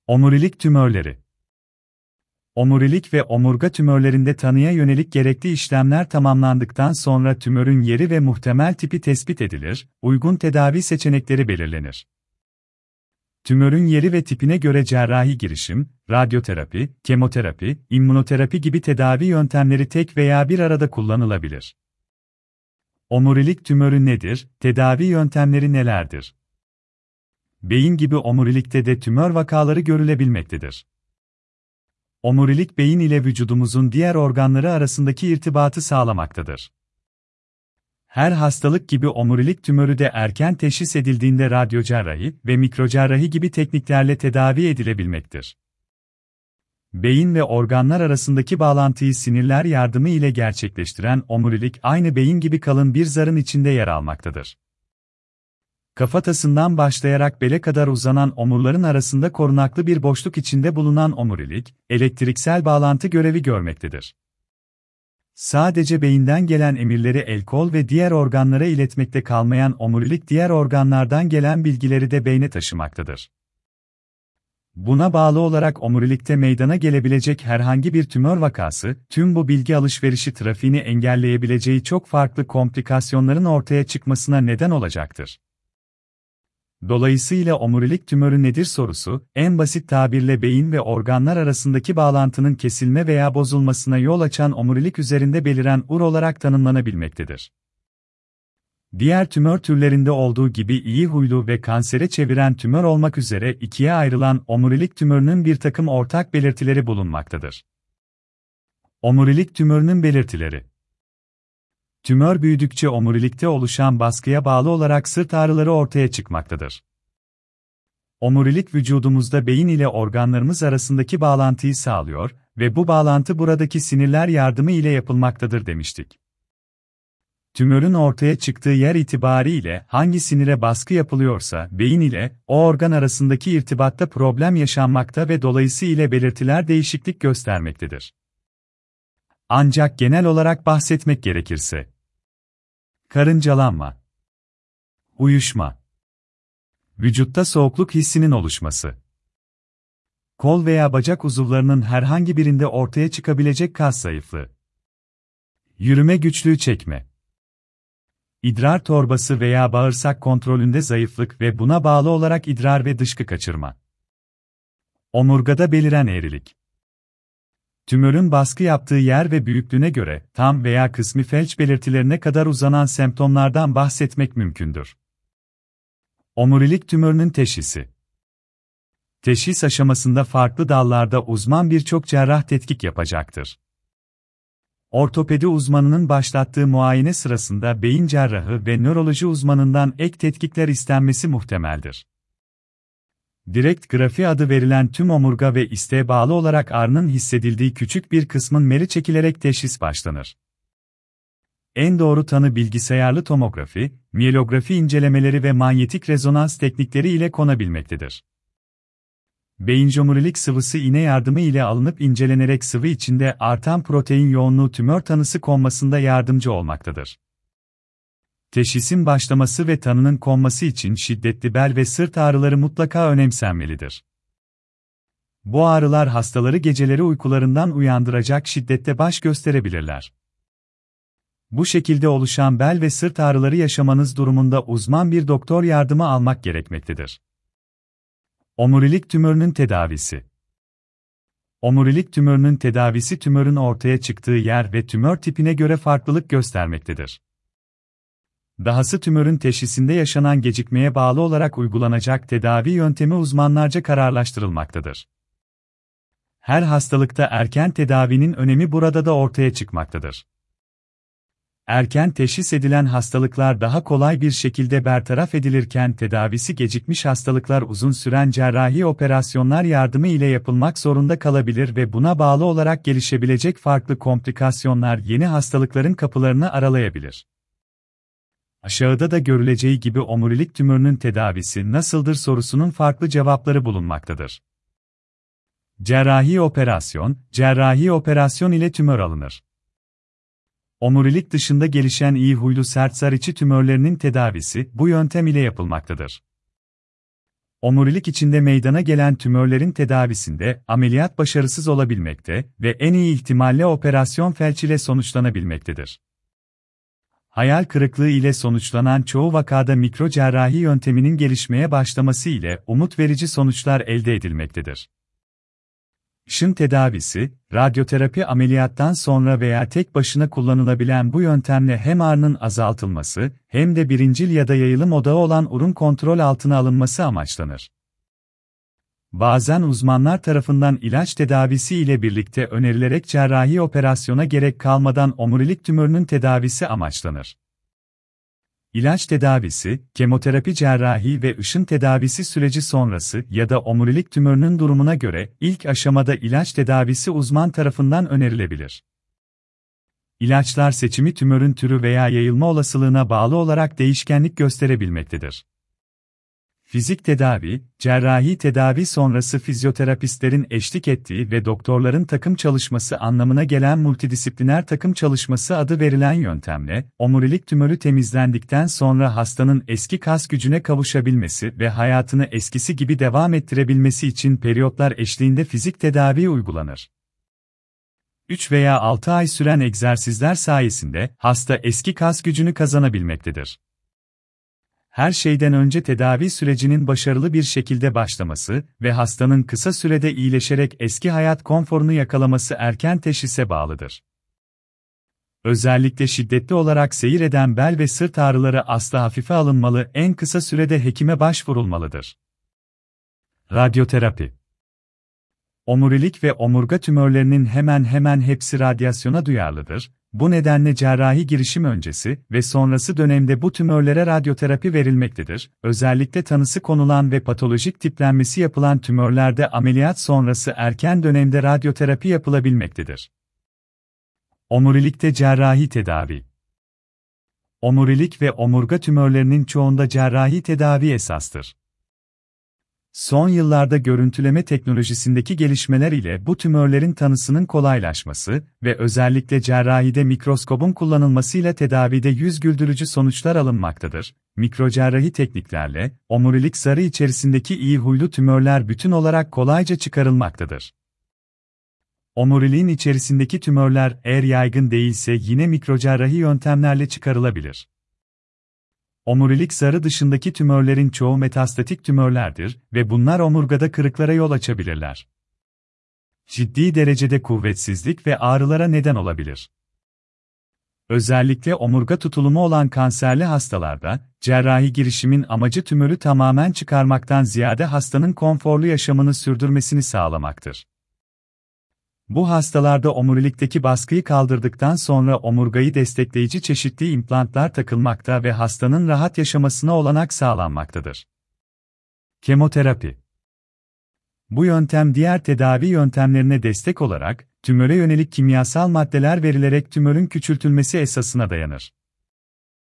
Omurilik tümörleri. Omurilik ve omurga tümörlerinde tanıya yönelik gerekli işlemler tamamlandıktan sonra tümörün yeri ve muhtemel tipi tespit edilir, uygun tedavi seçenekleri belirlenir. Tümörün yeri ve tipine göre cerrahi girişim, radyoterapi, kemoterapi, immünoterapi gibi tedavi yöntemleri tek veya bir arada kullanılabilir. Omurilik tümörü nedir, tedavi yöntemleri nelerdir? Beyin gibi omurilikte de tümör vakaları görülebilmektedir. Omurilik beyin ile vücudumuzun diğer organları arasındaki irtibatı sağlamaktadır. Her hastalık gibi omurilik tümörü de erken teşhis edildiğinde radyocerrahi ve mikrocerrahi gibi tekniklerle tedavi edilebilmektir. Beyin ve organlar arasındaki bağlantıyı sinirler yardımı ile gerçekleştiren omurilik aynı beyin gibi kalın bir zarın içinde yer almaktadır. Kafatasından başlayarak bele kadar uzanan omurların arasında korunaklı bir boşluk içinde bulunan omurilik, elektriksel bağlantı görevi görmektedir. Sadece beyinden gelen emirleri el-kol ve diğer organlara iletmekte kalmayan omurilik diğer organlardan gelen bilgileri de beyne taşımaktadır. Buna bağlı olarak omurilikte meydana gelebilecek herhangi bir tümör vakası, tüm bu bilgi alışverişi trafiğini engelleyebileceği çok farklı komplikasyonların ortaya çıkmasına neden olacaktır. Dolayısıyla omurilik tümörü nedir sorusu, en basit tabirle beyin ve organlar arasındaki bağlantının kesilme veya bozulmasına yol açan omurilik üzerinde beliren ur olarak tanımlanabilmektedir. Diğer tümör türlerinde olduğu gibi iyi huylu ve kansere çeviren tümör olmak üzere ikiye ayrılan omurilik tümörünün bir takım ortak belirtileri bulunmaktadır. Omurilik tümörünün belirtileri. Tümör büyüdükçe omurilikte oluşan baskıya bağlı olarak sırt ağrıları ortaya çıkmaktadır. Omurilik vücudumuzda beyin ile organlarımız arasındaki bağlantıyı sağlıyor ve bu bağlantı buradaki sinirler yardımı ile yapılmaktadır demiştik. Tümörün ortaya çıktığı yer itibariyle hangi sinire baskı yapılıyorsa beyin ile o organ arasındaki irtibatta problem yaşanmakta ve dolayısıyla belirtiler değişiklik göstermektedir. Ancak genel olarak bahsetmek gerekirse, karıncalanma, uyuşma, vücutta soğukluk hissinin oluşması, kol veya bacak uzuvlarının herhangi birinde ortaya çıkabilecek kas zayıflığı, yürüme güçlüğü çekme, idrar torbası veya bağırsak kontrolünde zayıflık ve buna bağlı olarak idrar ve dışkı kaçırma, omurgada beliren eğrilik. Tümörün baskı yaptığı yer ve büyüklüğüne göre tam veya kısmi felç belirtilerine kadar uzanan semptomlardan bahsetmek mümkündür. Omurilik tümörünün teşhisi. Teşhis aşamasında farklı dallarda uzman birçok cerrah tetkik yapacaktır. Ortopedi uzmanının başlattığı muayene sırasında beyin cerrahı ve nöroloji uzmanından ek tetkikler istenmesi muhtemeldir. Direkt grafi adı verilen tüm omurga ve isteğe bağlı olarak ağrının hissedildiği küçük bir kısmın meri çekilerek teşhis başlanır. En doğru tanı bilgisayarlı tomografi, miyelografi incelemeleri ve manyetik rezonans teknikleri ile konabilmektedir. Beyincomurilik sıvısı iğne yardımı ile alınıp incelenerek sıvı içinde artan protein yoğunluğu tümör tanısı konmasında yardımcı olmaktadır. Teşhisin başlaması ve tanının konması için şiddetli bel ve sırt ağrıları mutlaka önemsenmelidir. Bu ağrılar hastaları geceleri uykularından uyandıracak şiddette baş gösterebilirler. Bu şekilde oluşan bel ve sırt ağrıları yaşamanız durumunda uzman bir doktor yardımı almak gerekmektedir. Omurilik tümörünün tedavisi. Omurilik tümörünün tedavisi tümörün ortaya çıktığı yer ve tümör tipine göre farklılık göstermektedir. Dahası tümörün teşhisinde yaşanan gecikmeye bağlı olarak uygulanacak tedavi yöntemi uzmanlarca kararlaştırılmaktadır. Her hastalıkta erken tedavinin önemi burada da ortaya çıkmaktadır. Erken teşhis edilen hastalıklar daha kolay bir şekilde bertaraf edilirken tedavisi gecikmiş hastalıklar uzun süren cerrahi operasyonlar yardımı ile yapılmak zorunda kalabilir ve buna bağlı olarak gelişebilecek farklı komplikasyonlar yeni hastalıkların kapılarını aralayabilir. Aşağıda da görüleceği gibi omurilik tümörünün tedavisi nasıldır sorusunun farklı cevapları bulunmaktadır. Cerrahi operasyon ile tümör alınır. Omurilik dışında gelişen iyi huylu sert zar içi tümörlerinin tedavisi bu yöntem ile yapılmaktadır. Omurilik içinde meydana gelen tümörlerin tedavisinde ameliyat başarısız olabilmekte ve en iyi ihtimalle operasyon felç ile sonuçlanabilmektedir. Hayal kırıklığı ile sonuçlanan çoğu vakada mikrocerrahi yönteminin gelişmeye başlaması ile umut verici sonuçlar elde edilmektedir. Işın tedavisi, radyoterapi ameliyattan sonra veya tek başına kullanılabilen bu yöntemle hem ağrının azaltılması hem de birincil ya da yayılım odağı olan urun kontrol altına alınması amaçlanır. Bazen uzmanlar tarafından ilaç tedavisi ile birlikte önerilerek cerrahi operasyona gerek kalmadan omurilik tümörünün tedavisi amaçlanır. İlaç tedavisi, kemoterapi cerrahi ve ışın tedavisi süreci sonrası ya da omurilik tümörünün durumuna göre ilk aşamada ilaç tedavisi uzman tarafından önerilebilir. İlaçlar seçimi tümörün türü veya yayılma olasılığına bağlı olarak değişkenlik gösterebilmektedir. Fizik tedavi, cerrahi tedavi sonrası fizyoterapistlerin eşlik ettiği ve doktorların takım çalışması anlamına gelen multidisipliner takım çalışması adı verilen yöntemle, omurilik tümörü temizlendikten sonra hastanın eski kas gücüne kavuşabilmesi ve hayatını eskisi gibi devam ettirebilmesi için periyotlar eşliğinde fizik tedavi uygulanır. 3 veya 6 ay süren egzersizler sayesinde hasta eski kas gücünü kazanabilmektedir. Her şeyden önce tedavi sürecinin başarılı bir şekilde başlaması ve hastanın kısa sürede iyileşerek eski hayat konforunu yakalaması erken teşhise bağlıdır. Özellikle şiddetli olarak seyir eden bel ve sırt ağrıları asla hafife alınmalı, en kısa sürede hekime başvurulmalıdır. Radyoterapi. Omurilik ve omurga tümörlerinin hemen hemen hepsi radyasyona duyarlıdır. Bu nedenle cerrahi girişim öncesi ve sonrası dönemde bu tümörlere radyoterapi verilmektedir. Özellikle tanısı konulan ve patolojik tiplenmesi yapılan tümörlerde ameliyat sonrası erken dönemde radyoterapi yapılabilmektedir. Omurilikte cerrahi tedavi. Omurilik ve omurga tümörlerinin çoğunda cerrahi tedavi esastır. Son yıllarda görüntüleme teknolojisindeki gelişmeler ile bu tümörlerin tanısının kolaylaşması ve özellikle cerrahide mikroskobun kullanılmasıyla tedavide yüz güldürücü sonuçlar alınmaktadır. Mikrocerrahi tekniklerle, omurilik zarı içerisindeki iyi huylu tümörler bütün olarak kolayca çıkarılmaktadır. Omuriliğin içerisindeki tümörler eğer yaygın değilse yine mikrocerrahi yöntemlerle çıkarılabilir. Omurilik zarı dışındaki tümörlerin çoğu metastatik tümörlerdir ve bunlar omurgada kırıklara yol açabilirler. Ciddi derecede kuvvetsizlik ve ağrılara neden olabilir. Özellikle omurga tutulumu olan kanserli hastalarda, cerrahi girişimin amacı tümörü tamamen çıkarmaktan ziyade hastanın konforlu yaşamını sürdürmesini sağlamaktır. Bu hastalarda omurilikteki baskıyı kaldırdıktan sonra omurgayı destekleyici çeşitli implantlar takılmakta ve hastanın rahat yaşamasına olanak sağlanmaktadır. Kemoterapi. Bu yöntem diğer tedavi yöntemlerine destek olarak, tümöre yönelik kimyasal maddeler verilerek tümörün küçültülmesi esasına dayanır.